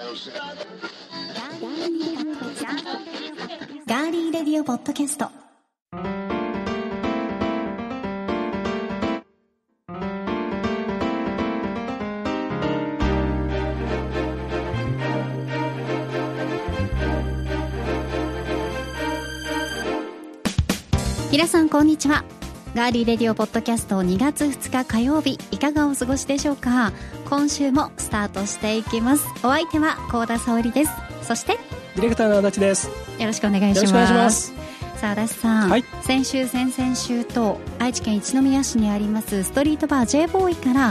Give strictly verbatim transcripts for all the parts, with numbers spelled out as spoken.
ガーリーレディオポッドキャスト。皆さんこんにちは。ガーリーレディオポッドキャストにがつふつか火曜日、いかがお過ごしでしょうか。今週もスタートしていきます。お相手は幸田沙織です。そしてディレクターの足立です。 よろしくお願いします。 よろしくお願いします。 さあ足立さん、はい、先週先々週と愛知県一宮市にありますストリートバー J ボーイから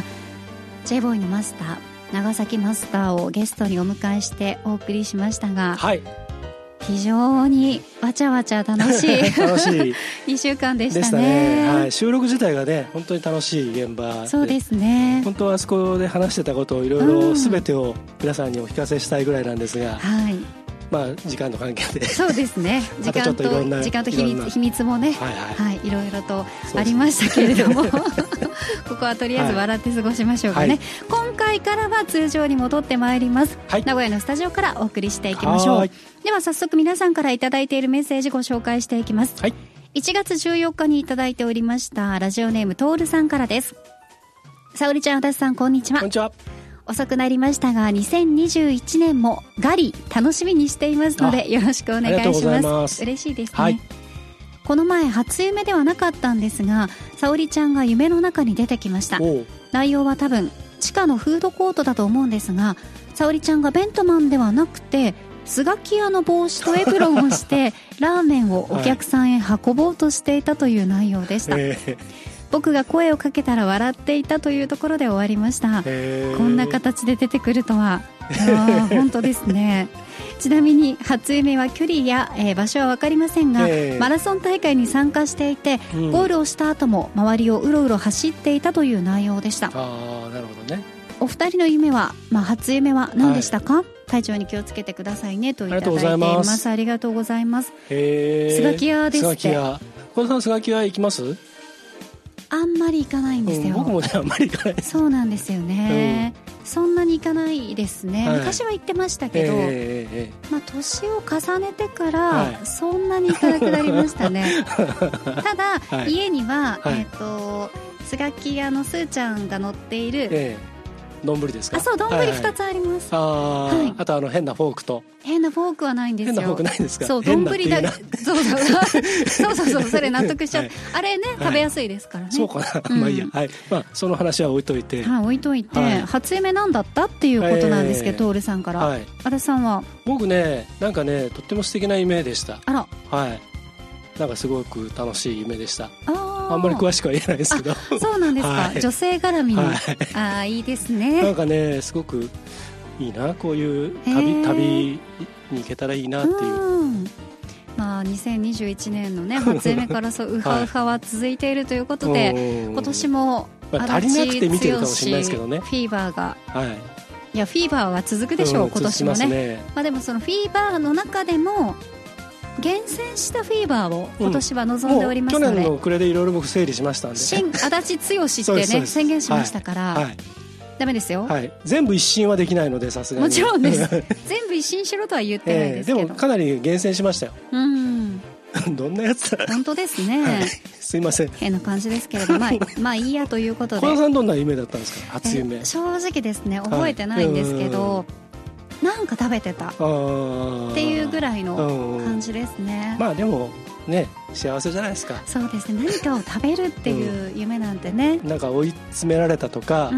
J ボーイのマスター長崎マスターをゲストにお迎えしてお送りしましたが、はい、非常にわちゃわちゃ楽しい楽しいにしゅうかんでしたね。 でしたね、はい、収録自体がね本当に楽しい現場で、 そうですね、 本当はあそこで話してたことをいろいろ全てを皆さんにお聞かせしたいぐらいなんですが、はい、まあ時間の関係でそうですね、時間と時間と秘密、秘密もね、はいはいはい、いろいろとありましたけれどもここはとりあえず笑って過ごしましょうかね、はい、今回からは通常に戻ってまいります、はい、名古屋のスタジオからお送りしていきましょう。では早速皆さんからいただいているメッセージご紹介していきます、はい、いちがつじゅうよっかにいただいておりましたラジオネームトールさんからです。沙織ちゃん、足立さん、こんにちは。 こんにちは。 遅くなりましたがにせんにじゅういちねんもガリ楽しみにしていますのでよろしくお願いします。ありがとうございます。嬉しいですね、はい、この前初夢ではなかったんですが沙織ちゃんが夢の中に出てきました。内容は多分地下のフードコートだと思うんですが、沙織ちゃんがベントマンではなくてスガキ屋の帽子とエプロンをしてラーメンをお客さんへ運ぼうとしていたという内容でした、はい、僕が声をかけたら笑っていたというところで終わりました。こんな形で出てくるとは本当ですね。ちなみに初夢は距離や、えー、場所は分かりませんが、マラソン大会に参加していて、うん、ゴールをした後も周りをうろうろ走っていたという内容でした。 あ、なるほどね。 お二人の夢は、まあ、初夢は何でしたか、はい、体調に気をつけてくださいねといただいています。ありがとうございます。スガキ屋ですって。 小田さん、スガキ屋行きます？ あんまり行かないんですよ、うん、 僕もねあんまり行かない。 そうなんですよね、うん、そんなに行かないですね、はい、昔は行ってましたけど、えーまあ、年を重ねてから、はい、そんなに行かなくなりましたねただ、はい、家には、はい、えーとスガキ屋のスーちゃんが乗っている、えー丼ですか？ あ、そう、丼ふたつあります、 はいはい、あ, あとあの変なフォークと変なフォークはないんですよ。 変なフォークないんですか？ そう、丼だそうそうそうそう、それ納得しちゃう、はい、あれね、はい、食べやすいですからね。 そうかな、うん、まあいいや、はい、まあ、その話は置いといて、 はい、置いといて、はい、初夢なんだったっていうことなんですけど、徹さんから、はい、足立さんは？ 僕ね、なんかね、とっても素敵な夢でした。 あら、 はい、なんかすごく楽しい夢でした。ああんまり詳しくは言えないですけど。 そうなんですか、はい、女性絡みに、はい、あ、いいですね。 なんかね、すごくいいな、こういう旅、旅に行けたらいいなっていう、うん、 まあ、にせんにじゅういちねんのね初夢からそうウハウハは続いているということで、はい、今年もまあ、足りなくて見てるかもしれないですけどね、 フィーバーが、 はい、 いや、フィーバーは続くでしょう、うん、今年も ね, ね、まあ、でもそのフィーバーの中でも厳選したフィーバーを今年は望んでおりますので、うん、 去年の暮れでいろいろ僕整理しましたんで、 新足立剛ってね宣言しましたから、はいはい、ダメですよ、はい、 全部一新はできないので、さすがにもちろんです全部一新しろとは言ってないですけど、 えー、でもかなり厳選しましたよ。うんどんなやつだ本当ですね、はい、 すいません、 変な感じですけれども、まあ、まあいいやということで。 小田さんどんな夢だったんですか、初夢？ 正直ですね、覚えてないんですけど、はい、なんか食べてたっていうぐらいの感じですね。 まあでもね、幸せじゃないですか。 そうですね、何かを食べるっていう夢なんてね、 うん、なんか追い詰められたとか、うん、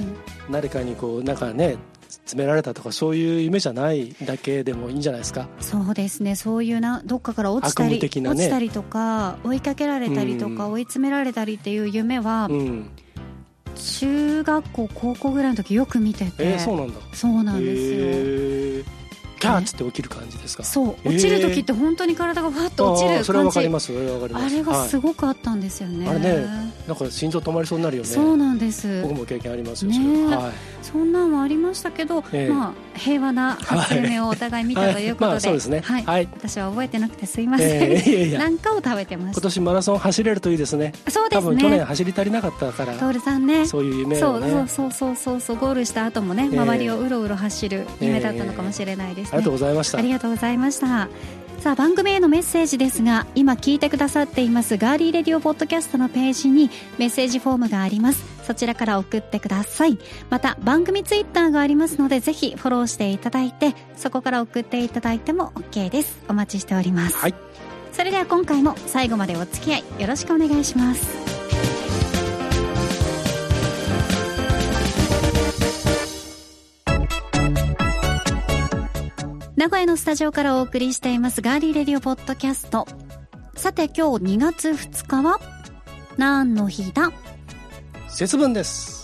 誰かにこうなんかね詰められたとか、そういう夢じゃないだけでもいいんじゃないですか。 そうですね、そういうな、どっかから落ちたり、悪夢的なね、落ちたりとか追いかけられたりとか、うん、追い詰められたりっていう夢は、うん、中学校高校ぐらいの時よく見てて、 えー、そうなんだ。 そうなんですよ、 えーキャーッつって起きる感じですか？ そう、落ちる時って本当に体がふわっと落ちる感じ。 それはわかります、それはわかります。 あれがすごくあったんですよね、 はい、あれね、なんか心臓止まりそうになるよね。 そうなんです、 僕も経験ありますよ、 ね、 それ、はい、 そんなんはありましたけど、えー、まあ平和な初夢をお互い見たということで、はい、まあそうですね、はいはい、私は覚えてなくてすいません、えー、いやいやなんかを食べてました。 今年マラソン走れるといいですね。 そうですね、 多分去年走り足りなかったから徹さんね、 そういう夢をね、 そうそうそうそうそう、ゴールした後もね、周りをうろうろ走る夢だったのかもしれないですね、えー、ありがとうございました。ありがとうございました。さあ、番組へのメッセージですが、今聞いてくださっていますガーリーレディオポッドキャストのページにメッセージフォームがあります。そちらから送ってください。また番組ツイッターがありますので、ぜひフォローしていただいて、そこから送っていただいても OK です。お待ちしております、はい、それでは今回も最後までお付き合いよろしくお願いします。名古屋のスタジオからお送りしていますガーリーレディオポッドキャスト。さて、今日にがつふつかは何の日だ？ 節分です。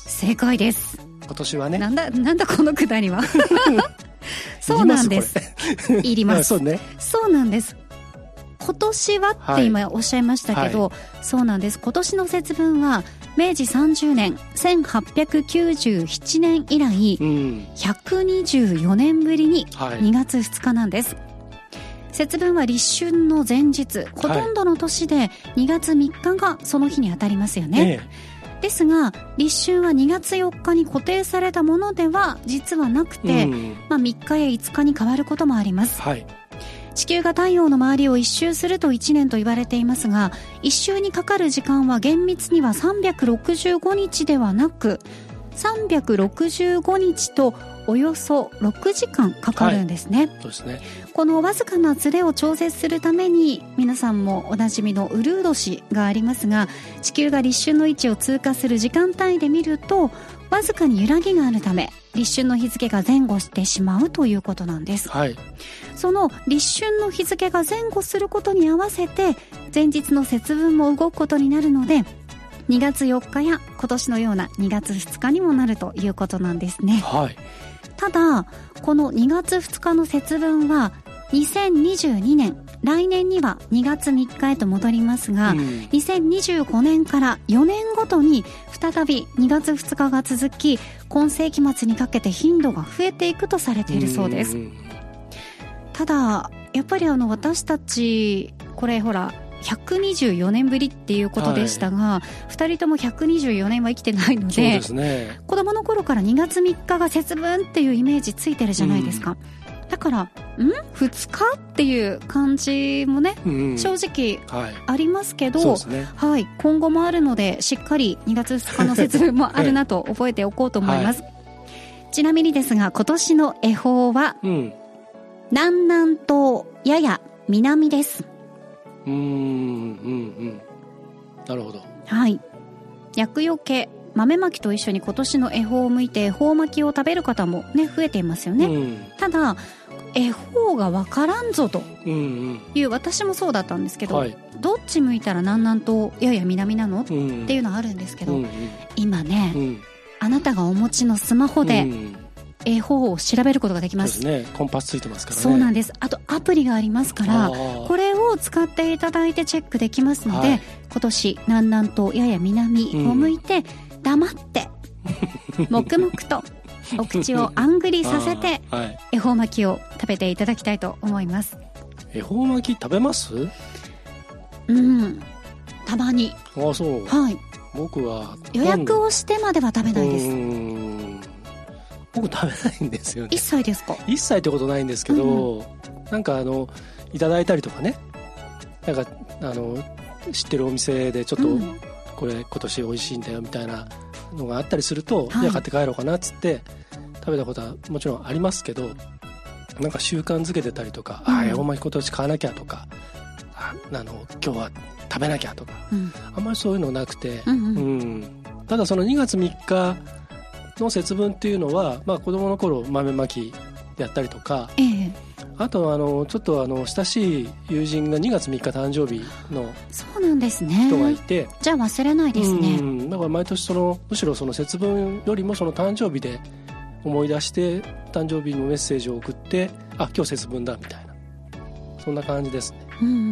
正解です。 今年はね、 なんだなんだこのくだりはそうなんです。いります。そうね。そうなんです。今年はって今おっしゃいましたけど、はい、そうなんです。今年の節分はめいじさんじゅうねんせんはっぴゃくきゅうじゅうななねん以来、うん、ひゃくにじゅうよねんぶりににがつふつかなんです、はい、節分は立春の前日、ほとんどの年でにがつみっかがその日に当たりますよね、ええ、ですが立春はにがつよっかに固定されたものでは実はなくて、うんまあ、みっかやいつかに変わることもあります、はい、地球が太陽の周りを一周するといちねんと言われていますが、一周にかかる時間は厳密にはさんびゃくろくじゅうごにちではなくさんびゃくろくじゅうごにちとおよそろくじかんかかるんですね、はい、そうですね。このわずかなズレを調節するために、皆さんもおなじみのウルー年がありますが、地球が立春の位置を通過する時間帯で見るとわずかに揺らぎがあるため、立春の日付が前後してしまうということなんです、はい、その立春の日付が前後することに合わせて前日の節分も動くことになるので、にがつよっかや今年のようなにがつふつかにもなるということなんですね、はい、ただこのにがつふつかの節分はにせんにじゅうにねん、来年にはにがつみっかへと戻りますが、うん、にせんにじゅうごねんからよねんごとに再びにがつふつかが続き、今世紀末にかけて頻度が増えていくとされているそうです。ただやっぱりあの私たちこれほらひゃくにじゅうよねんぶりっていうことでしたが、はい、ふたりともひゃくにじゅうよねんは生きてないの で, そうです、ね、子供の頃からにがつみっかが節分っていうイメージついてるじゃないですか、うん、だからんふつかっていう感じもね、うん、正直ありますけど、はい、そうですね、はい、今後もあるのでしっかりにがつふつかの節分もあるなと覚えておこうと思います、はい、ちなみにですが今年の恵方は、うん、南南東やや南です。うーん、うんうん、 なるほど。 はい。厄除け、豆まきと一緒に今年の恵方を向いて恵方巻きを食べる方もね増えていますよね、うん、ただ恵方が分からんぞという、うんうん、私もそうだったんですけど、はい、どっち向いたら南南東やや南なの、うん、っていうのはあるんですけど、うんうん、今ね、うん、あなたがお持ちのスマホで、うん恵方を調べることができます。 そうですね、コンパスついてますからね。 そうなんです。あとアプリがありますから、これを使っていただいてチェックできますので、はい、今年南南東やや南を向いて、うん、黙って黙々とお口をあんぐりさせて、はい、恵方巻きを食べていただきたいと思います。 恵方巻き食べます？ うん、たまに。 ああ、そう。 はい。 僕は予約をしてまでは食べないです。うーん、僕食べないんですよね。 一切ですか？ 一切ってことないんですけど、うん、なんかあのいただいたりとかね、なんかあの知ってるお店でちょっと、うん、これ今年美味しいんだよみたいなのがあったりすると、はい、じゃあ買って帰ろうかなっつって食べたことはもちろんありますけど、なんか習慣づけてたりとか、うん、ああ恵方巻き今年買わなきゃとか、ああの今日は食べなきゃとか、うん、あんまりそういうのなくて、うんうんうん、ただそのにがつみっかの節分っていうのは、まあ、子供の頃豆まきやったりとか、ええ、あとあのちょっとあの親しい友人がにがつみっか誕生日のそうなんですね人がいて、 じゃあ忘れないですね。 うん、だから毎年そのむしろその節分よりもその誕生日で思い出して誕生日のメッセージを送って、あ今日節分だみたいな、そんな感じですね、うんうん、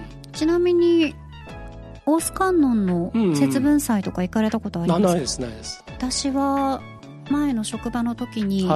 ちなみに大須観音の節分祭とか行かれたことありますか？ うんうん、ないですないです。 私は前の職場の時に、はい、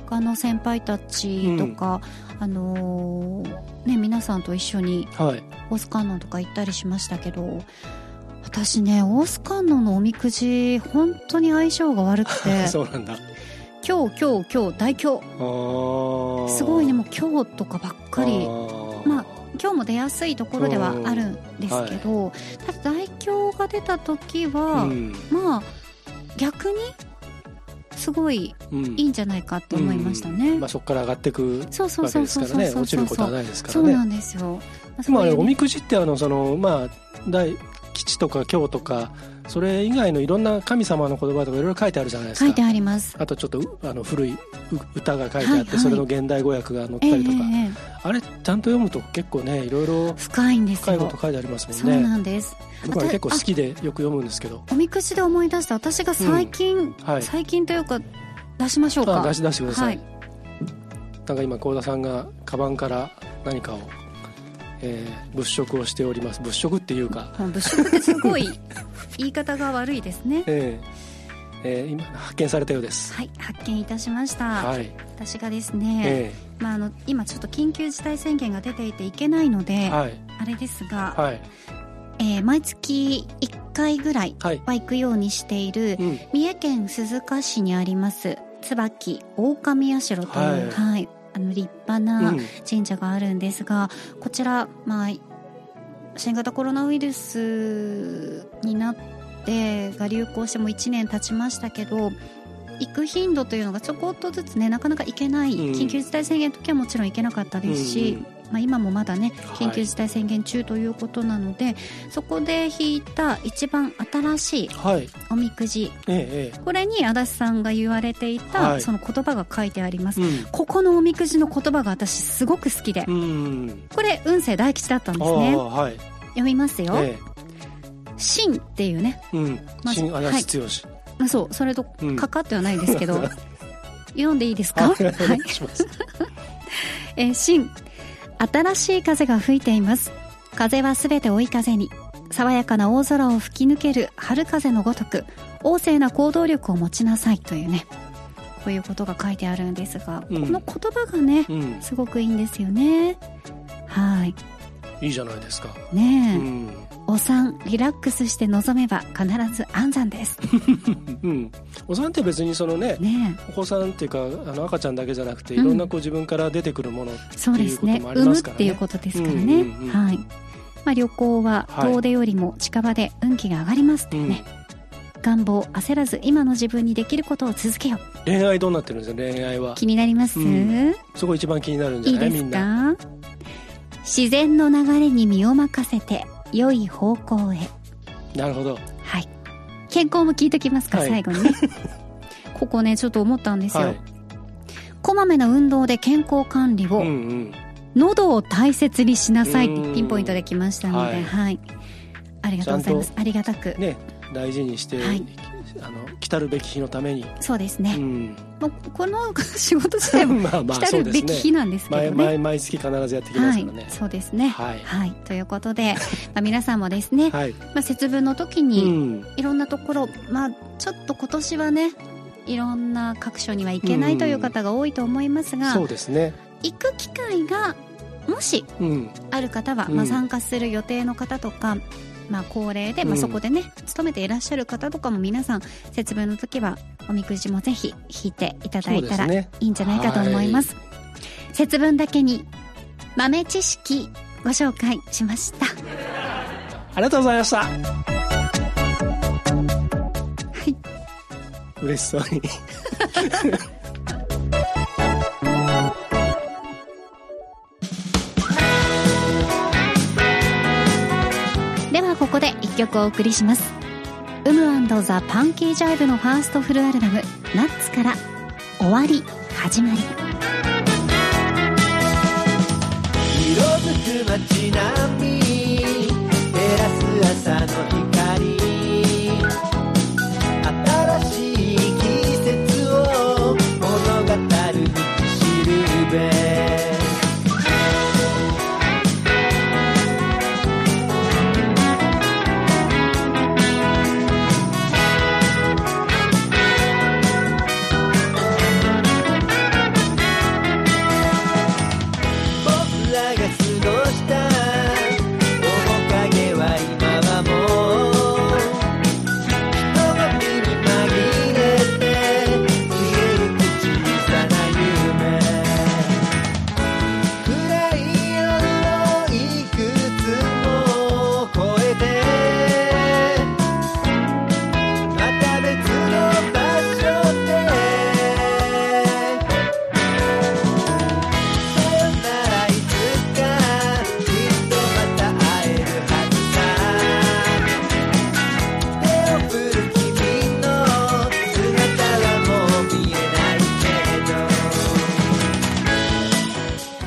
家の先輩たちとか、うん、あのー、ね、皆さんと一緒に大須観音とか行ったりしましたけど、私ね、大須観音のおみくじ本当に相性が悪くてそうなんだ。 今日今日今日大凶、すごいね、もう今日とかばっかり、まあ今日も出やすいところではあるんですけど、はい、ただ大凶が出た時は、うん、まあ逆にすごいいいんじゃないかと思いましたね、 うんうん、まあ、そこから上がっていくわけですからね、落ちることはないですからね。 そうなんですよ。 まあ、おみくじってあのその、まあ、大吉とか凶とかそれ以外のいろんな神様の言葉とかいろいろ書いてあるじゃないですか。 書いてあります。 あとちょっとあの古い歌が書いてあって、はいはい、それの現代語訳が載ったりとか、えー、あれちゃんと読むと結構ね、いろいろ深いんですよ。 深いこと書いてありますもんね。 そうなんです。 僕は結構好きでよく読むんですけど、 おみくじで思い出した私が最近、うんはい、最近というか出しましょうか。 出し出してください、はい、なんか今幸田さんがカバンから何かを、えー、物色をしております。物色っていうか物色ってすごい言い方が悪いですね、 えーえー、今発見されたようです。 はい、発見いたしました、はい、私がですね、 えーまあ、あの今ちょっと緊急事態宣言が出ていていけないので、はい、あれですが、はい、えー、毎月いっかいぐらいは行くようにしている、はい、うん、三重県鈴鹿市にあります椿狼社という、はいはい、あの立派な神社があるんですが、うん、こちら、まあ、新型コロナウイルスになってが流行してもいちねん経ちましたけど、行く頻度というのがちょこっとずつね、なかなか行けない、うん、緊急事態宣言の時はもちろん行けなかったですし、うん、まあ、今もまだね緊急事態宣言中ということなので、はい、そこで引いた一番新しいおみくじ、はい、ええ、これに足立さんが言われていた、はい、その言葉が書いてあります、うん、ここのおみくじの言葉が私すごく好きで、うん、これ運勢大吉だったんですね、はい、読みますよ、ええ、真っていうね、うん、まず、真足立剛、はい、そう、それとかかってはないんですけど、うん、読んでいいですか。 お願いします、 えー、真、新しい風が吹いています。風はすべて追い風に、爽やかな大空を吹き抜ける春風のごとく旺盛な行動力を持ちなさいというね、こういうことが書いてあるんですが、うん、この言葉がね、うん、すごくいいんですよね。はい、 いいじゃないですかねえ、うん、 お産リラックスして臨めば必ず安産です、 うん、お産って別にその ね, ねお子さんっていうかあの赤ちゃんだけじゃなくて、いろんなこう自分から出てくるものっていうこともありますからね。産むっていうことですからね、うんうんうん、はい、 まあ、旅行は遠出よりも近場で運気が上がりますってね、うん、願望焦らず今の自分にできることを続けよう。 恋愛どうなってるんですか。恋愛は気になります、うん、 そこ一番気になるんじゃない。いいですか。みんな自然の流れに身を任せて良い方向へ。 なるほど、 はい、健康も聞いときますか、はい、最後にねここねちょっと思ったんですよ、はい、こまめな運動で健康管理を、うんうん、喉を大切にしなさいってピンポイントできましたので、はいはい、ありがとうございます。ありがたく、 ね、大事にして、はい、あの来たるべき日のために。 そうですね、うん、もうこの仕事自体もまあまあ来たるべき日なんですけどね、 毎, 毎月必ずやってきますからね、 はい、そうですね、はいはい、ということで、まあ、皆さんもですね、はい、まあ、節分の時にいろんなところ、うん、まあ、ちょっと今年はねいろんな各所には行けないという方が多いと思いますが、うん、そうですね、行く機会がもしある方は、うん、まあ、参加する予定の方とか、まあ、恒例で、まあ、そこでね、うん、勤めていらっしゃる方とかも皆さん節分の時はおみくじもぜひ引いていただいたらいいんじゃないかと思います。節分だけに豆知識ご紹介しました。 ありがとうございました。はい、嬉しそうにここでいっきょくお送りします。ウム&ザ・パンキージャイブのファーストフルアルバムナッツから終わり始まり。 色づく街並み照らす朝の光、新しい季節を物語る道しるべ、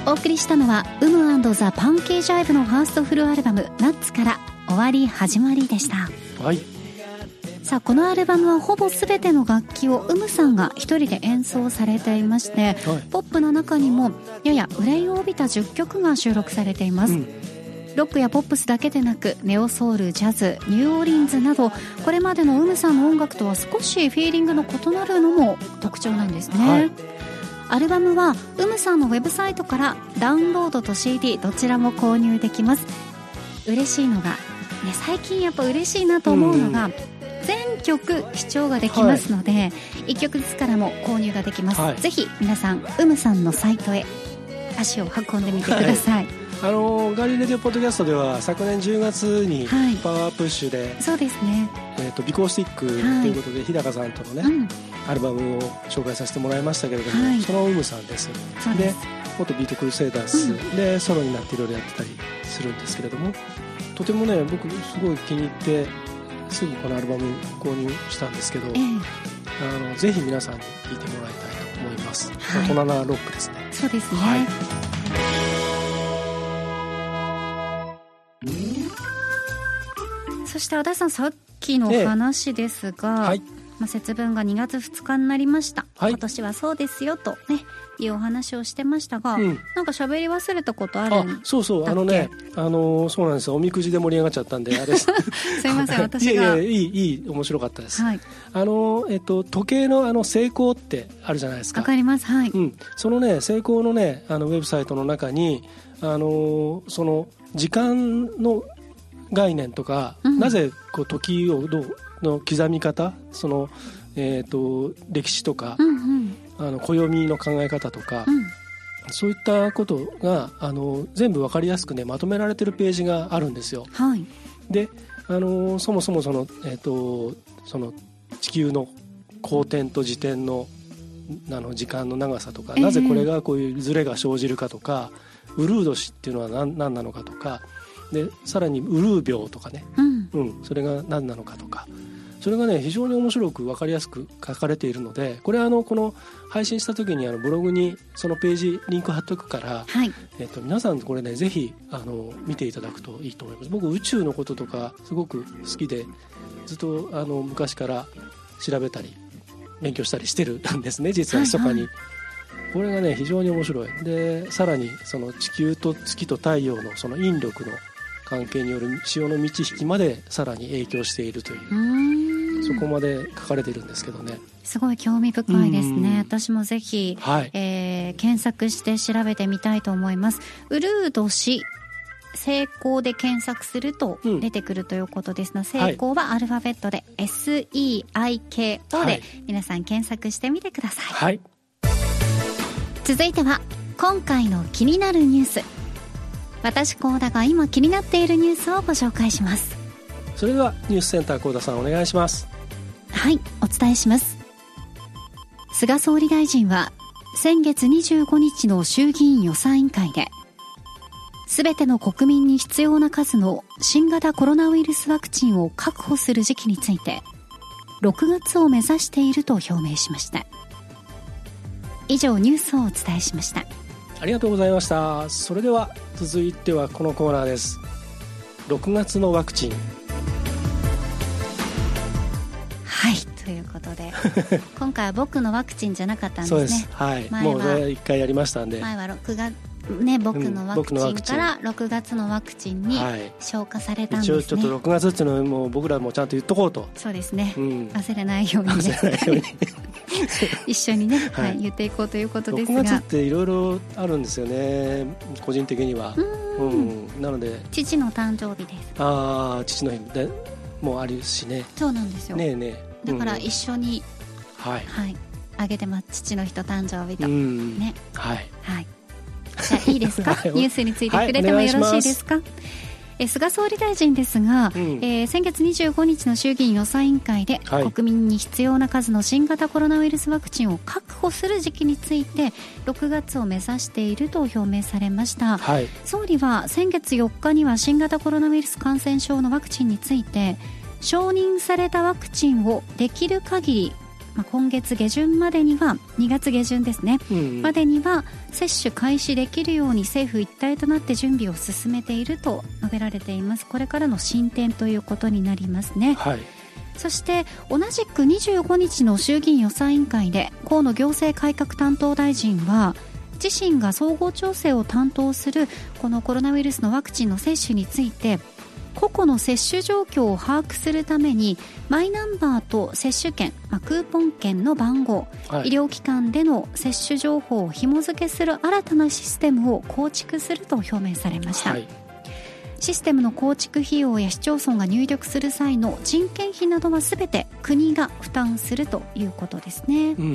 お送りしたのはウム&ザ・パンケージャイブのファーストフルアルバムナッツから終わり始まりでした。 はい。 さあこのアルバムはほぼ全ての楽器をウムさんが一人で演奏されていまして、はい、ポップの中にもやや憂いを帯びたじゅっきょくが収録されています、うん、ロックやポップスだけでなくネオソウル、ジャズ、ニューオーリンズなどこれまでのウムさんの音楽とは少しフィーリングの異なるのも特徴なんですね、はい、アルバムはウムさんのウェブサイトからダウンロードと シーディー どちらも購入できます。嬉しいのが、ね、最近やっぱ嬉しいなと思うのが、うん全曲視聴ができますので、はい、いっきょくずつからも購入ができます、はい、ぜひ皆さんウムさんのサイトへ足を運んでみてください、はい、 あのガリレディオポッドキャストでは昨年じゅうがつにパワープッシュで、はい、 そうですね、 えーと、ビコースティックということで、はい、日高さんとのね、うん、アルバムを紹介させてもらいましたけれども、はい、そのウムさんです。 そうです。 で元ビートクルセイダースでソロになっていろいろやってたりするんですけれども、とてもね僕すごい気に入ってすぐこのアルバム購入したんですけど、えー、あのぜひ皆さんに聴いてもらいたいと思います、はい、大人なロックですね。 そうですね、はい、そして和田さんさっきの話ですが、えーはいまあ、節分がにがつふつかになりました、はい、今年はそうですよとねいうお話をしてましたが、うん、なんか喋り忘れたことあるんだっけ？ あ、そうそう、あのね、あのー、そうなんですよ、おみくじで盛り上がっちゃったんであれすいません私がいやいやいいいい面白かったです、はい、あのー、えっと時計のあの成功ってあるじゃないですか。 わかります、はい、 うん、そのね成功のねあのウェブサイトの中にあのー、その時間の概念とか、うん、なぜこう時をどうの刻み方、その、えー、と歴史とか、うんうん、あの暦の考え方とか、うん、そういったことがあの全部分かりやすくねまとめられてるページがあるんですよ、 はい、 であのそもそもその、えー、とその地球の公転と自転のあの時間の長さとか、えー、なぜこれがこういうズレが生じるかとか、ウルー年っていうのは 何, 何なのかとかで、さらにウルー病とかね、うんうん、それが何なのかとか、それがね非常に面白く分かりやすく書かれているので、これはあのこの配信した時にあのブログにそのページリンク貼っとくから、はい、えっと、皆さんこれねぜひあの見ていただくといいと思います。僕宇宙のこととかすごく好きでずっとあの昔から調べたり勉強したりしてるんですね、実は密かに、はいはい、これがね非常に面白い。でさらにその地球と月と太陽のその引力の関係による潮の満ち引きまでさらに影響しているという、うーん、そこまで書かれているんですけどね。 すごい興味深いですね。私もぜひ、はい、えー、検索して調べてみたいと思います。ウルー年成功で検索すると出てくるということですので、うん、成功はアルファベットで エスイーアイケーオー で皆さん検索してみてください、はい、続いては今回の気になるニュース。私高田が今気になっているニュースをご紹介します。 それではニュースセンター高田さんお願いします。 はい、お伝えします。菅総理大臣は先月にじゅうごにちの衆議院予算委員会で、すべての国民に必要な数の新型コロナウイルスワクチンを確保する時期についてろくがつを目指していると表明しました。以上ニュースをお伝えしました。 ありがとうございました。それでは続いてはこのコーナーです。ろくがつのワクチン。 はい、ということで今回は僕のワクチンじゃなかったんですね。 そうです、はい、前はもういっかいやりましたんで、 前はろくがつね、僕のワクチンからろくがつのワクチンに消化されたんですね、はい、 一応ちょっとろくがつっていうのはもう僕らもちゃんと言っとこうと。 そうですね、うん、忘れないようにね忘れないように一緒にね、はいはい、言っていこうということですが、 ろくがつっていろいろあるんですよね、個人的には。うん、うん、なので父の誕生日です。 ああ、父の日でもあるしね。 そうなんですよ。 ねえねえ、だから一緒に、うん、はい、はい、あげてます。父の日と誕生日と、うん、ね、はい、はい、じゃあいいですかニュースについて触れてもよろしいですか。はい、え菅総理大臣ですが、うん、えー、先月にじゅうごにちの衆議院予算委員会で、はい、国民に必要な数の新型コロナウイルスワクチンを確保する時期についてろくがつを目指していると表明されました、はい、総理は先月よっかには新型コロナウイルス感染症のワクチンについて承認されたワクチンをできる限りまあ、今月下旬までにはにがつ下旬ですね、うん、までには接種開始できるように政府一体となって準備を進めていると述べられています。これからの進展ということになりますね、はい。そして同じくにじゅうごにちの衆議院予算委員会で河野行政改革担当大臣は自身が総合調整を担当するこのコロナウイルスのワクチンの接種について個々の接種状況を把握するためにマイナンバーと接種券、まあ、クーポン券の番号、はい、医療機関での接種情報を紐付けする新たなシステムを構築すると表明されました、はい。システムの構築費用や市町村が入力する際の人件費などは全て国が負担するということですね、うんうん、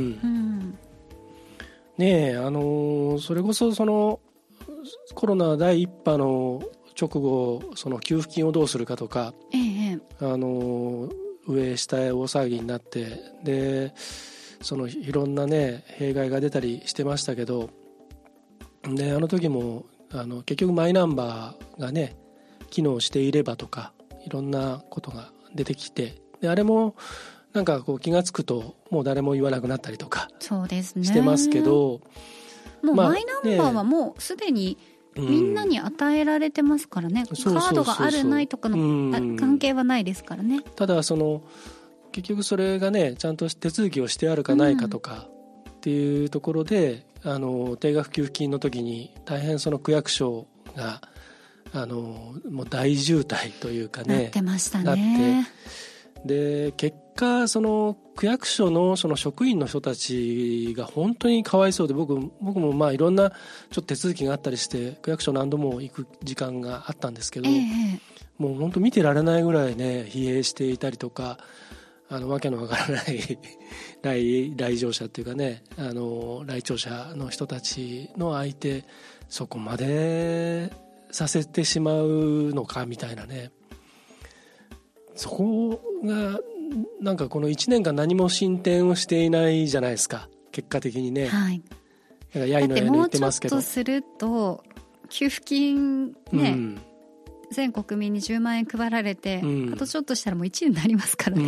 ねえ、あのー、それこそそのコロナ第一波の直後その給付金をどうするかとか、ええ、あの上下へ大騒ぎになってでそのいろんなね弊害が出たりしてましたけどであの時もあの結局マイナンバーがね機能していればとかいろんなことが出てきてであれもなんかこう気がつくともう誰も言わなくなったりとかしてますけどもうマイナンバーはもうすでにみんなに与えられてますからね、うん、カードがあるないとかの関係はないですからね。 ただその結局それがねちゃんと手続きをしてあるかないかとかっていうところで、うん、あの定額給付金の時に大変その区役所があのもう大渋滞というかねなってましたね。 なってで結果その区役所のその職員の人たちが本当にかわいそうで 僕, 僕もまあいろんなちょっと手続きがあったりして区役所何度も行く時間があったんですけど、えー、もう本当見てられないぐらいね疲弊していたりとかあのわけのわからない来, 来場者っていうかねあの来庁者の人たちの相手そこまでさせてしまうのかみたいなねそこがなんかこのいちねんかん何も進展をしていないじゃないですか結果的にね、はい、だからやいのやいの言ってますけどもうちょっとすると給付金ね、うん、全国民にじゅうまんえん配られて、うん、あとちょっとしたらもういちねんになりますからね、うん、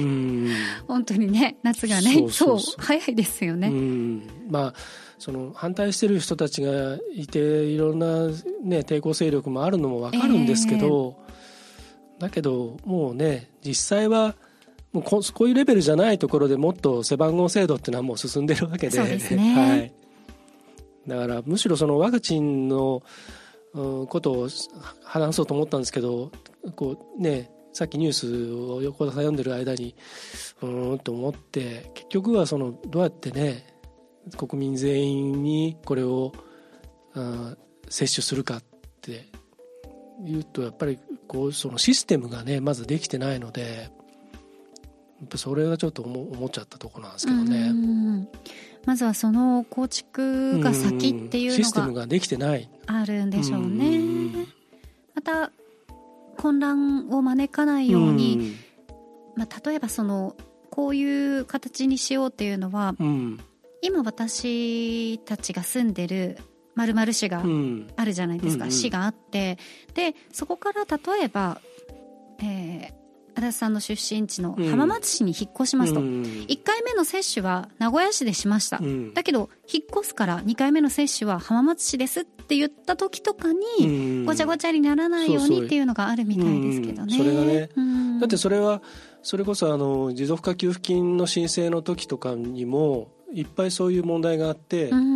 本当にね夏がねそうそうそう早いですよね、うん、 まあその反対してる人たちがいていろんな、ね、抵抗勢力もあるのも分かるんですけど、えー、だけどもうね実際はもう こ, こういうレベルじゃないところでもっと背番号制度っていうのはもう進んでるわけで、 そうですね、 はい、だからむしろそのワクチンのことを話そうと思ったんですけどこう、ね、さっきニュースを横田さん読んでる間にうーんと思って結局はそのどうやってね国民全員にこれを接種するかっていうとやっぱりこうそのシステムがねまずできてないのでやっぱそれがちょっと 思, 思っちゃったところなんですけどね。 うんまずはその構築が先っていうのがシステムができてないあるんでしょうね。うまた混乱を招かないように、うまあ、例えばそのこういう形にしようっていうのは、うん、今私たちが住んでる〇〇市があるじゃないですか、うんうん、市があってでそこから例えば、えー足立さんの出身地の浜松市に引っ越しますと、うん、いっかいめの接種は名古屋市でしました、うん、だけど引っ越すからにかいめの接種は浜松市ですって言った時とかにごちゃごちゃにならないようにっていうのがあるみたいですけどね。 それがね、うん、だってそれはそれこそあの持続化給付金の申請の時とかにもいっぱいそういう問題があって、うん、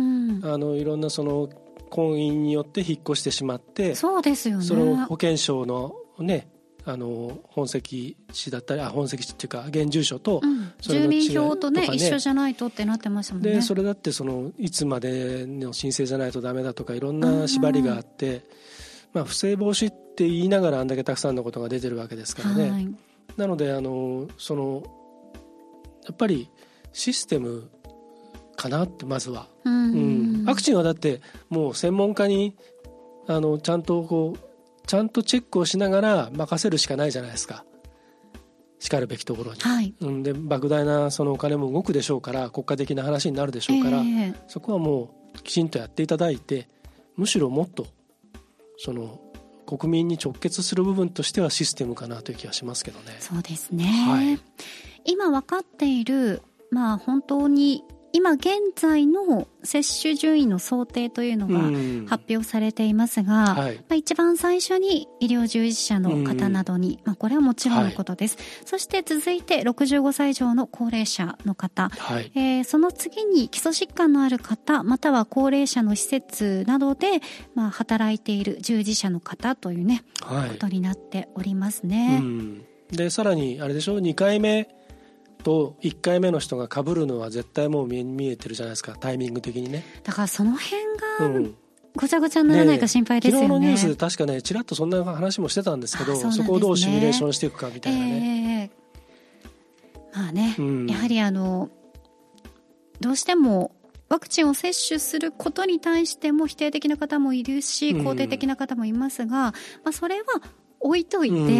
あのいろんなその婚姻によって引っ越してしまってそうですよねその保険証のねあの本籍地だったりあ本籍地っていうか現住所と、うん、それの違いとかね、住民票とね一緒じゃないとってなってましたもんね。でそれだってそのいつまでの申請じゃないとダメだとかいろんな縛りがあって、うんまあ、不正防止って言いながらあんだけたくさんのことが出てるわけですからね、はい、なのであのそのやっぱりシステムかなってまずは、うんうん、ワクチンはだってもう専門家にあのちゃんとこうちゃんとチェックをしながら任せるしかないじゃないですかしかるべきところに、はいうん、で莫大なそのお金も動くでしょうから国家的な話になるでしょうから、えー、そこはもうきちんとやっていただいてむしろもっとその国民に直結する部分としてはシステムかなという気がしますけどね。 そうですね、はい、今分かっているまあ本当に今現在の接種順位の想定というのが発表されていますが、はい、まあ、一番最初に医療従事者の方などに、まあ、これはもちろんのことです、はい、そして続いてろくじゅうごさい以上の高齢者の方、はい、えー、その次に基礎疾患のある方または高齢者の施設などで、まあ、働いている従事者の方というね、はい、ことになっておりますね。うん、 でさらにあれでしょ、にかいめといっかいめの人が被るのは絶対もう見、見えてるじゃないですか、タイミング的にね。 だからその辺がごちゃごちゃにならないか心配ですよね。 昨日のニュースで確かねちらっとそんな話もしてたんですけど、 そ, ね、そこをどうシミュレーションしていくかみたいなね、 えー、まあね、うん、やはりあのどうしてもワクチンを接種することに対しても否定的な方もいるし肯定的な方もいますが、うん、まあ、それは置いといて、うん、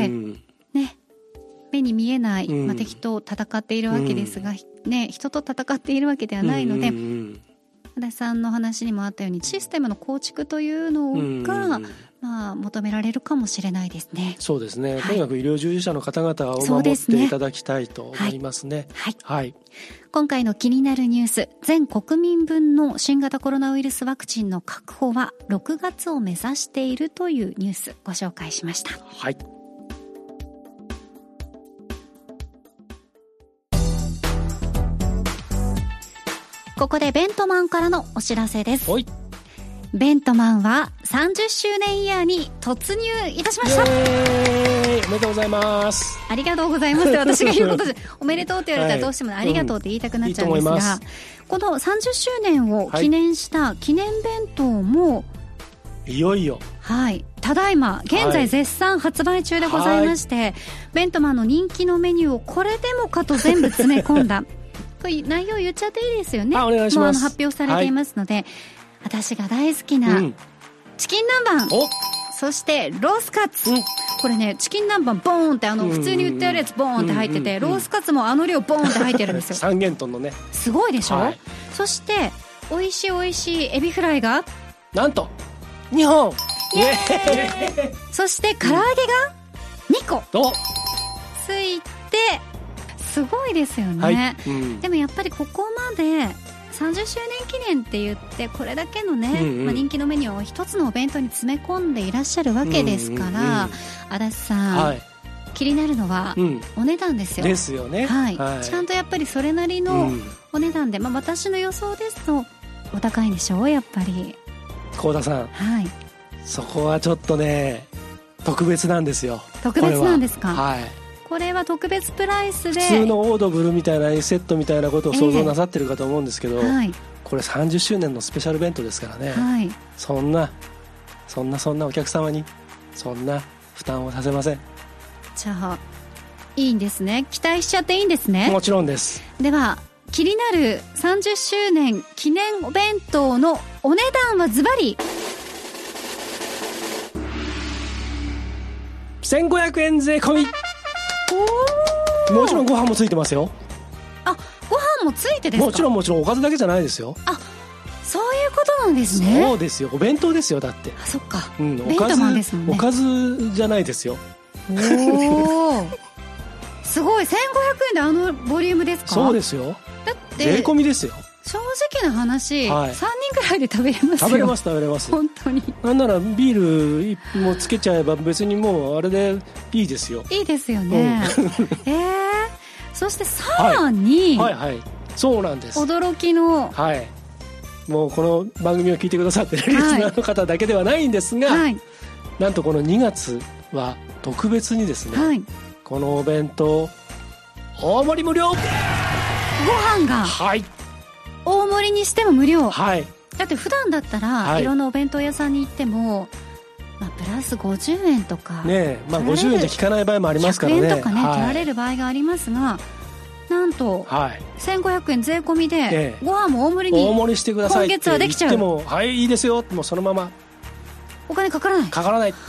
ね、目に見えない、まあ、敵と戦っているわけですが、うん、ね、人と戦っているわけではないので、うんうんうん、足立さんの話にもあったようにシステムの構築というのが、うんうん、まあ、求められるかもしれないですね。 そうですね、はい、とにかく医療従事者の方々を守っていただきたいと思いますね。 はい、はいはい、今回の気になるニュース、全国民分の新型コロナウイルスワクチンの確保はろくがつを目指しているというニュースご紹介しました。 はい、 ここでベントマンからのお知らせです。 はい、 ベントマンはさんじゅっしゅうねんイヤーに突入いたしました。 イエーイ、おめでとうございます。 ありがとうございますって私が言うことでおめでとうって言われたらどうしてもありがとうって言いたくなっちゃうんですが、はい、うん、いいと思います。このさんじゅっしゅうねんを記念した記念弁当も、はい、 いよいよ、 はい、ただいま現在絶賛発売中でございまして、はい、ベントマンの人気のメニューをこれでもかと全部詰め込んだこれ内容言っちゃっていいですよね。 あ、お願いします。もうあの発表されていますので、はい、私が大好きなチキン南蛮、うん、そしてロースカツ、うん、これねチキン南蛮ボーンってあの普通に売ってあるやつボーンって入ってて、ロースカツもあの量ボーンって入ってるんですよ三元豚のね、 すごいでしょ、はい、そして美味しい美味しいエビフライがなんとにほん、イエーイそして唐揚げがにこついてすごいですよね、はい、うん、でもやっぱりここまでさんじゅっしゅうねん記念って言ってこれだけのね、うんうん、まあ、人気のメニューを一つのお弁当に詰め込んでいらっしゃるわけですから、うんうんうん、足立さん、はい、気になるのはお値段ですよ、 うん、ですよね、 はいはい、ちゃんとやっぱりそれなりのお値段で、まあ、私の予想ですとお高いんでしょう、やっぱり。 幸田さん、 はい、 そこはちょっとね特別なんですよ。 特別なんですか。 はい、 これは特別プライスで普通のオードブルみたいなセットみたいなことを想像なさってるかと思うんですけど、えーはい、これさんじゅっしゅうねんのスペシャル弁当ですからね、はい、そんなそんなそんなお客様にそんな負担をさせません。 じゃあいいんですね、期待しちゃっていいんですね。 もちろんです。 では気になるさんじゅっしゅうねん記念お弁当のお値段はズバリせんごひゃくえん税込み。おもちろんご飯もついてますよ。 あ、ご飯もついてですか。 もちろんもちろんおかずだけじゃないですよ。 あ、そういうことなんですね。 そうですよ、お弁当ですよ。だってあ、そっか、 うん、 弁当マンですもんね。 おかずじゃないですよ。 おーすごい、せんごひゃくえんであのボリュームですか。 そうですよ。 だって税込みですよ。 正直な話、はい、さんにんくらいで食べれますよ。 食べれます食べれます。 本当に。 なんならビールもつけちゃえば別にもうあれでいいですよ。 いいですよね、うん、えー、そしてさらに、 はい、はいはいそうなんです。 驚きの、 はい、もうこの番組を聞いてくださってるリスナーの方だけではないんですが、はい、なんとこのにがつは特別にですね、はい、このお弁当大盛り無料。ご飯が、 はい、 大盛りにしても無料、 はい、 だって普段だったら、はい、いろんなお弁当屋さんに行っても、まあ、プラスごじゅうえんとか、 ね、まあ、ごじゅうえんじゃ効かない場合もありますからね。 ひゃくえんとかね、 はい、 取られる場合がありますが、なんと、はい、せんごひゃくえん税込みで、ええ、ご飯も大盛りに大盛りしてくださいって今月はできちゃう。 言ってもはいいいですよ、もうそのままお金かからないかからない。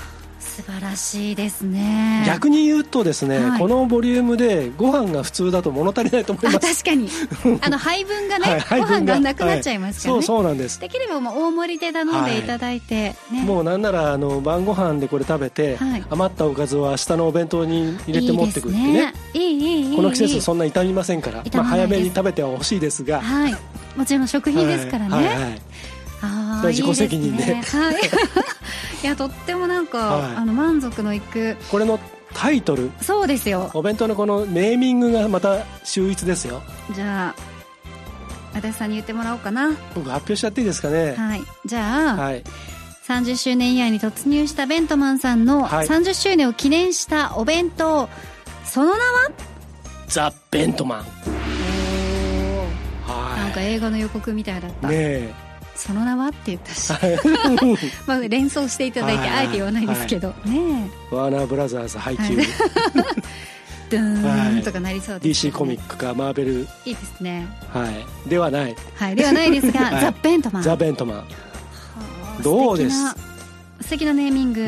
素晴らしいですね。 逆に言うとですね、 はい、 このボリュームでご飯が普通だと物足りないと思います。 あ、確かにあの配分がね、はい、ご飯がなくなっちゃいますからね、 はい、そうそうなんです。 できればもう大盛りで頼んでいただいて、はいね、 もうなんならあの晩ご飯でこれ食べて、はい、余ったおかずは明日のお弁当に入れて持ってくってね。いいですね。いいいいいい。この季節そんな傷みませんから、まあ、早めに食べてはほしいですが、 はい、もちろん食品ですからね、はいはいはい、あ、 自己責任で、いいでね、はいいやとってもなんか、はい、あの満足のいくこれのタイトル、 そうですよ、 お弁当のこのネーミングがまた秀逸ですよ。 じゃあ足立さんに言ってもらおうかな。 僕発表しちゃっていいですかね。 はい、じゃあ、はい、さんじゅっしゅうねんイヤーに突入したベントマンさんのさんじゅっしゅうねんを記念したお弁当、その名はザ・ベントマン。 はい、なんか映画の予告みたいだったねえ。 その名はって言ったしまあ連想していただいてあえて言わないですけど、はいはい、ねえ、ワーナーブラザーズ配給、はい、 ドゥーンとかなりそうです、ね、 ディーシー コミックかマーベル、 いいですね、 はい、ではない、 はい、ではないですが、はい、ザ・ベントマン、 ザ・ベントマン、どうです。 素敵なネーミング、うん、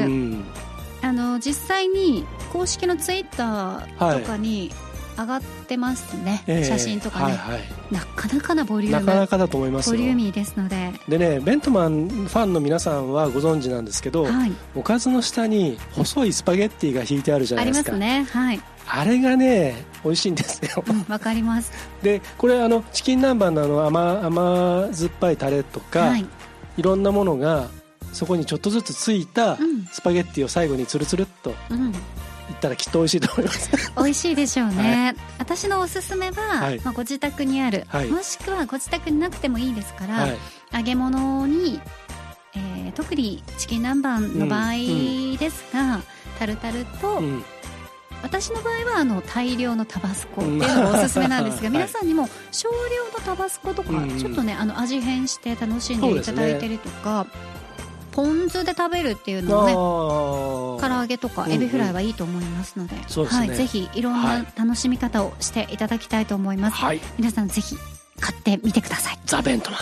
あの実際に公式のツイッターとかに、はい、上がってますね、えー、写真とかね、はいはい、なかなかなボリューム、 なかなかだと思いますよ。 ボリューミーですので。 でね、ベントマンファンの皆さんはご存知なんですけど、はい、おかずの下に細いスパゲッティが引いてあるじゃないですか。ありますね、はい、あれがね美味しいんですよ。 わ、うん、かります。 でこれあのチキン南蛮のあの 甘, 甘酸っぱいタレとか、はい、いろんなものがそこにちょっとずつついたスパゲッティを最後につるつるっと、うん、いったらきっと美味しいと思います美味しいでしょうね、はい、私のおすすめは、はい、まあ、ご自宅にある、はい、もしくはご自宅になくてもいいですから、はい、揚げ物に、えー、特にチキン南蛮の場合ですが、うんうん、タルタルと、うん、私の場合はあの大量のタバスコっていうのがおすすめなんですが、うん、皆さんにも少量のタバスコとか、はい、ちょっとねあの味変して楽しんでいただいてるとか、ポン酢で食べるっていうのもね、唐揚げとかエビフライはいいと思いますので、うんうん、はい、ぜひいろんな楽しみ方をしていただきたいと思います、はい、皆さんぜひ買ってみてください。 ザ・ベントマン。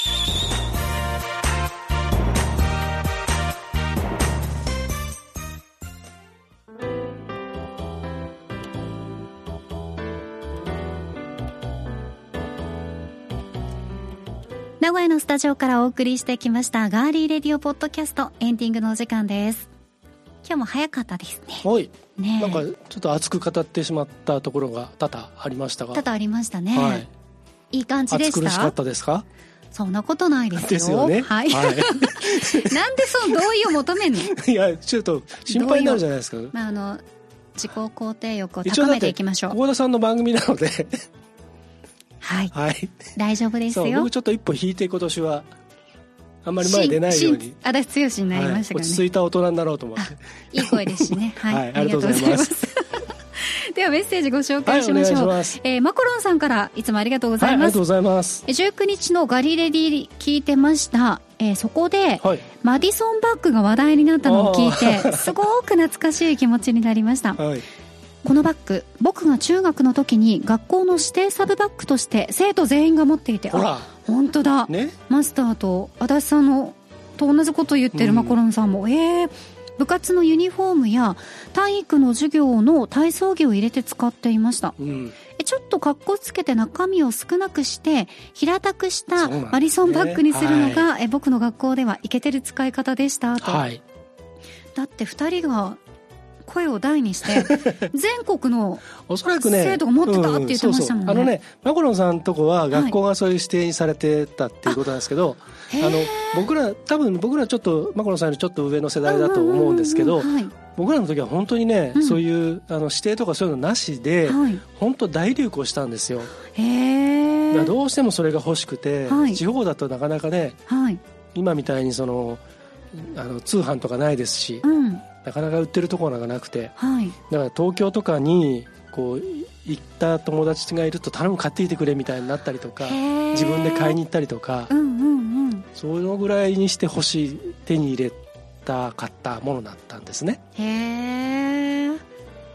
名古屋のスタジオからお送りしてきましたガーリーレディオポッドキャスト、エンディングのお時間です。今日も早かったですね。 はい、ね、なんかちょっと熱く語ってしまったところが多々ありましたが、 多々ありましたね、はい、いい感じでした。 暑苦しかったですか？ そんなことないですよ。 ですよね。 はい。はい、なんでそう同意を求めんの？いやちょっと心配になるじゃないですか。 まああの自己肯定欲を高めていきましょう。 小田さんの番組なのではい、はい、大丈夫ですよ。 僕ちょっと一歩引いて今年はあんまり前出ないように足立剛になりましたからね、 はい、落ち着いた大人になろうと思って。 いい声ですしね、はい、はい、 ありがとうございますではメッセージご紹介しましょう、はい、えー、マコロンさんからいつもありがとうございます、はい、ありがとうございます。じゅうくにちのガリレディ聞いてました、えー、そこで、はい、マディソンバッグが話題になったのを聞いてすごく懐かしい気持ちになりました、はい、このバッグ、僕が中学の時に学校の指定サブバッグとして生徒全員が持っていて、あ、本当だ、ね、マスターと足立さんのと同じことを言ってるマコロンさんも、うん、えー、部活のユニフォームや体育の授業の体操着を入れて使っていました、うん、えちょっと格好つけて中身を少なくして平たくしたマディソンバッグにするのが、はい、え僕の学校ではイケてる使い方でしたと、はい、だってふたりが声を大にして全国の生徒が持ってたって言ってましたもんね。 あのね、マコロンさんとこは学校がそういう指定にされてたっていうことなんですけど、はい、あの僕ら多分僕らちょっとマコロンさんよりちょっと上の世代だと思うんですけど、僕らの時は本当にね、うん、そういうあの指定とかそういうのなしで、はい、本当大流行したんですよ。へー、どうしてもそれが欲しくて、はい、地方だとなかなかね、はい、今みたいにそのあの通販とかないですし、うん、なかなか売ってるところがなくて、はい、だから東京とかにこう行った友達がいると頼む買ってきてくれみたいになったりとか、自分で買いに行ったりとか、うんうんうん、そのぐらいにして欲しい、手に入れた買ったものだったんですね。 へー、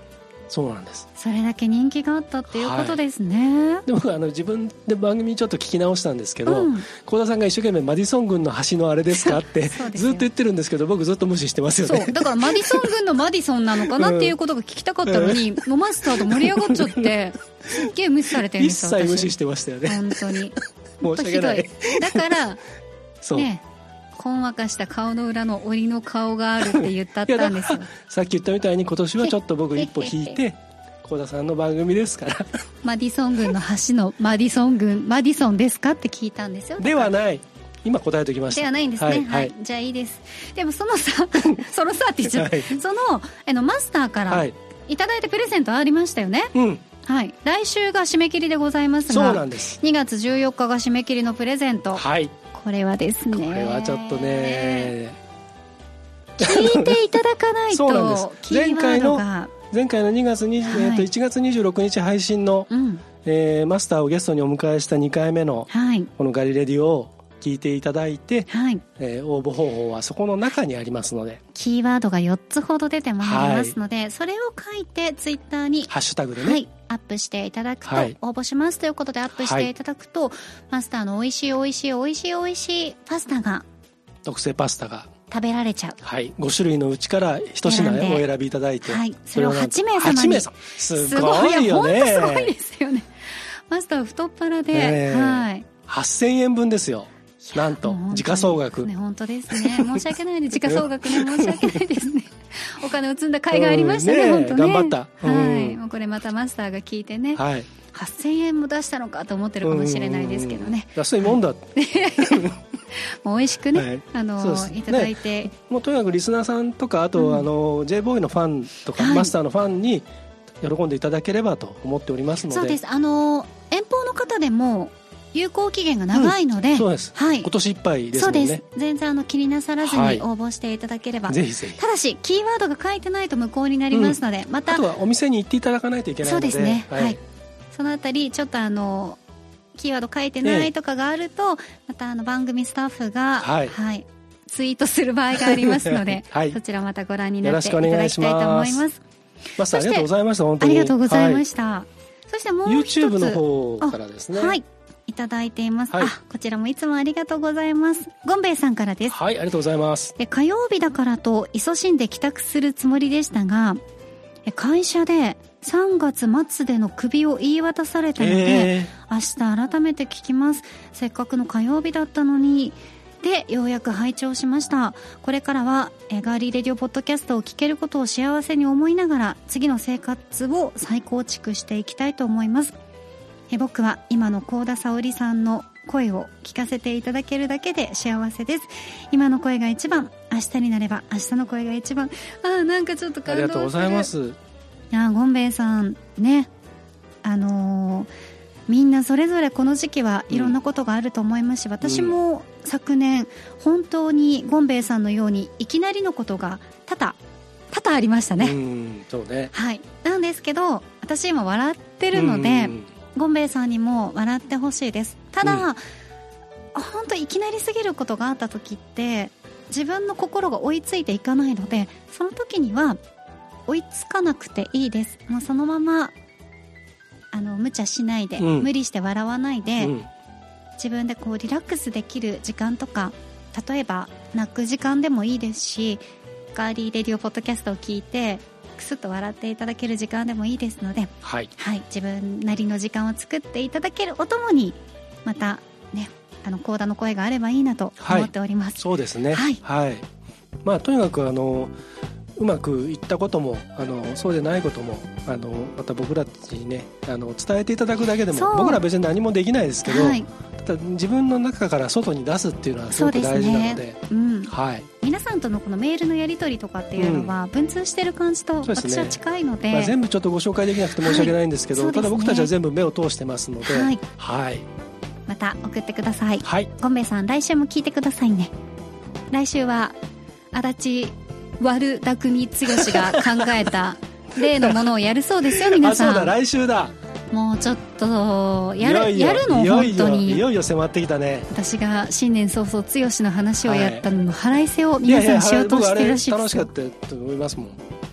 そうなんです。 それだけ人気があったっていうことですね、 はい、で僕あの自分で番組ちょっと聞き直したんですけど、うん、幸田さんが一生懸命マディソン郡の橋のあれですかってずっと言ってるんんですけど、僕ずっと無視してますよね。 そうだからマディソン郡のマディソンなのかなっていうことが聞きたかったのに、うん、もうマスターと盛り上がっちゃってすっげえ無視されてるんですよ。 一切無視してましたよね。 本当に申し訳ない。 だからそうね、ほんわかした顔の裏の檻の顔があるって言ったったんですよ。 さっき言ったみたいに今年はちょっと僕一歩引いて幸田さんの番組ですからマディソン郡の橋のマディソン郡マディソンですかって聞いたんですよ。 ではない、今答えておきました。 ではないんですね、はいはい、じゃあいいです。でもそのさそのさって言っちゃった、はい、そのあのマスターからいただいたプレゼントありましたよね、うんはい、来週が締め切りでございますが、 そうなんです。 にがつじゅうよっかが締め切りのプレゼント、 はい、 これはですね、 これはちょっとね聞いていただかないとそうなんです。 キーワードが前回のにがつにじゅう、はいえー、といちがつにじゅうろくにち配信の、うんえー、マスターをゲストにお迎えしたにかいめの、はい、このガリレディオを聞いていただいて、はいえー、応募方法はそこの中にありますので、 キーワードがよっつほど出てまいりますので、はい、それを書いてツイッターにハッシュタグでね、 はい、アップしていただくと、はい、応募しますということでアップしていただくと、はい、マスターの美味しい美味しい美味しい美味しいパスタが特製パスタが食べられちゃう、 はい、ご種類のうちから一品お選びいただいて、 はい、それをはちめいさまに、 はちめいさんすごいよね。 すごいですよね。マスター太っ腹で、えーはい、 はっせんえんぶんですよ。なんと時価総額、 ね、本当ですね。申し訳ないね、時価総額ね、申し訳ないですね。お金を積んだ甲斐がありましたね、うん、ね本当ね。 頑張った、うん、 はい、もうこれまたマスターが聞いてね、はい、はっせんえんも出したのかと思ってるかもしれないですけどね。 安いもんだ、はいもう美味しくね、はい、あのいただいて、 ね、もうとにかくリスナーさんとかあと、うん、あの J ボーイのファンとか、はい、マスターのファンに喜んでいただければと思っておりますので。 そうです、あの遠方の方でも有効期限が長いので、うん、 そうです、はい、今年いっぱいですもんね。 そうです、全然あの気になさらずに応募していただければ、はい、ぜひぜひ。ただしキーワードが書いてないと無効になりますので、うん、またあとはお店に行っていただかないといけないので、 そうですね、はいはい、そのあたりちょっとあのキーワード書いてないとかがあると、ええ、またあの番組スタッフが、はいはい、ツイートする場合がありますので、はい、そちらまたご覧になっていただきたいと思います。 マスターありがとうございました。本当にありがとうございました、はい、そしてもう一つ YouTube の方からですね、 はいいただいています、はい、あこちらもいつもありがとうございます。ゴンベイさんからです。 はい、ありがとうございます。 で火曜日だからと勤しんで帰宅するつもりでしたが、会社でさんがつ末でのクビを言い渡されたので、えー、明日改めて聞きます。せっかくの火曜日だったのに。でようやく拝聴しました。これからはガーリーレディオポッドキャストを聞けることを幸せに思いながら次の生活を再構築していきたいと思います。え僕は今の幸田沙織さんの声を聞かせていただけるだけで幸せです。今の声が一番、明日になれば明日の声が一番。あなんかちょっと感動する。 ありがとうございます。 いやゴンベイさんね、あのー、みんなそれぞれこの時期はいろんなことがあると思いますし、うん、私も昨年本当にゴンベイさんのようにいきなりのことが多々多々ありましたね。 うんそうね、 はい、なんですけど私今笑ってるので、うんゴンベイさんにも笑ってほしいです。ただ、うん、本当いきなりすぎることがあった時って自分の心が追いついていかないので、その時には追いつかなくていいです。もうそのままあの無茶しないで、うん、無理して笑わないで、うん、自分でこうリラックスできる時間とか、例えば泣く時間でもいいですし、ガーリーレディオポッドキャストを聞いてクスッと笑っていただける時間でもいいですので、はいはい、自分なりの時間を作っていただけるおともにまたね、あの幸田の声があればいいなと思っております、 はい、そうですね、はいはい、まあとにかくあのうまくいったこともあのそうでないこともあのまた僕らにねあの伝えていただくだけでも、僕らは別に何もできないですけど、はい、ただ自分の中から外に出すっていうのはすごく大事なの で, で、ねうんはい、皆さんとのこのメールのやり取りとかっていうのは文通してる感じと私は近いの で,、うんねまあ、全部ちょっとご紹介できなくて申し訳ないんですけど、はい、ただ僕たちは全部目を通してますので、はいはい、 また送ってください、はい、ゴンベイさん来週も聞いてくださいね。来週は足立悪巧み剛が考えた例のものをやるそうですよ皆さん。 あそうだ来週だ。 もうちょっとや る, いよいよやるの本当にいよいよ迫ってきたね。 私が新年早々剛の話をやったのの腹いせを皆さんしようとしてるらしいですよ。 いやいや僕あれ楽しかったと思いますもん。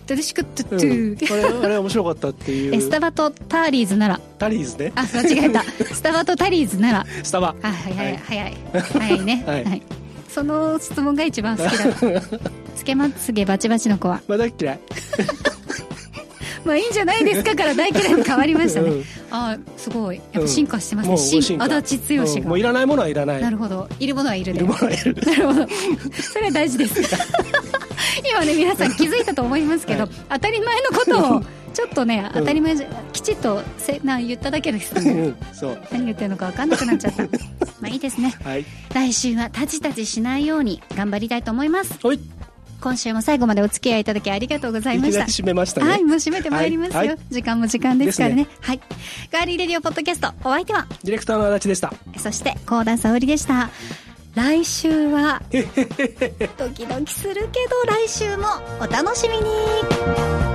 トゥルシクトゥトゥ、 うん、あれあれ面白かったっていう。 スタバとターリーズなら。 タリーズね。 あ、間違えた。スタバとタリーズなら。 スタバ。 あ、早い、はい、早い早いね、はい、はい、その質問が一番好きだつけまつげバチバチの子はまあ大嫌いまあいいんじゃないですかから大嫌いに変わりましたね、うん、あ、すごいやっぱ進化してますね、うん、新足立剛が、うん、 もういらないものはいらない。 なるほど、いるものはいるね。 いるものはいるなるほどそれは大事です今ね皆さん気づいたと思いますけど、はい、当たり前のことをちょっとね当たり前じゃ、うん、きちっとせな言っただけですね、うん、そう何言ってるのか分かんなくなっちゃったまあいいですね、はい、来週はタジタジしないように頑張りたいと思います。はい、今週も最後までお付き合いいただきありがとうございました。 いきなり締めましたね。 はい、もう締めてまいりますよ、はいはい、時間も時間ですからね、ね、はい。ガーリーレディオポッドキャスト、お相手はディレクターの足立でした。 そして幸田沙織でした。来週はドキドキするけど来週もお楽しみに。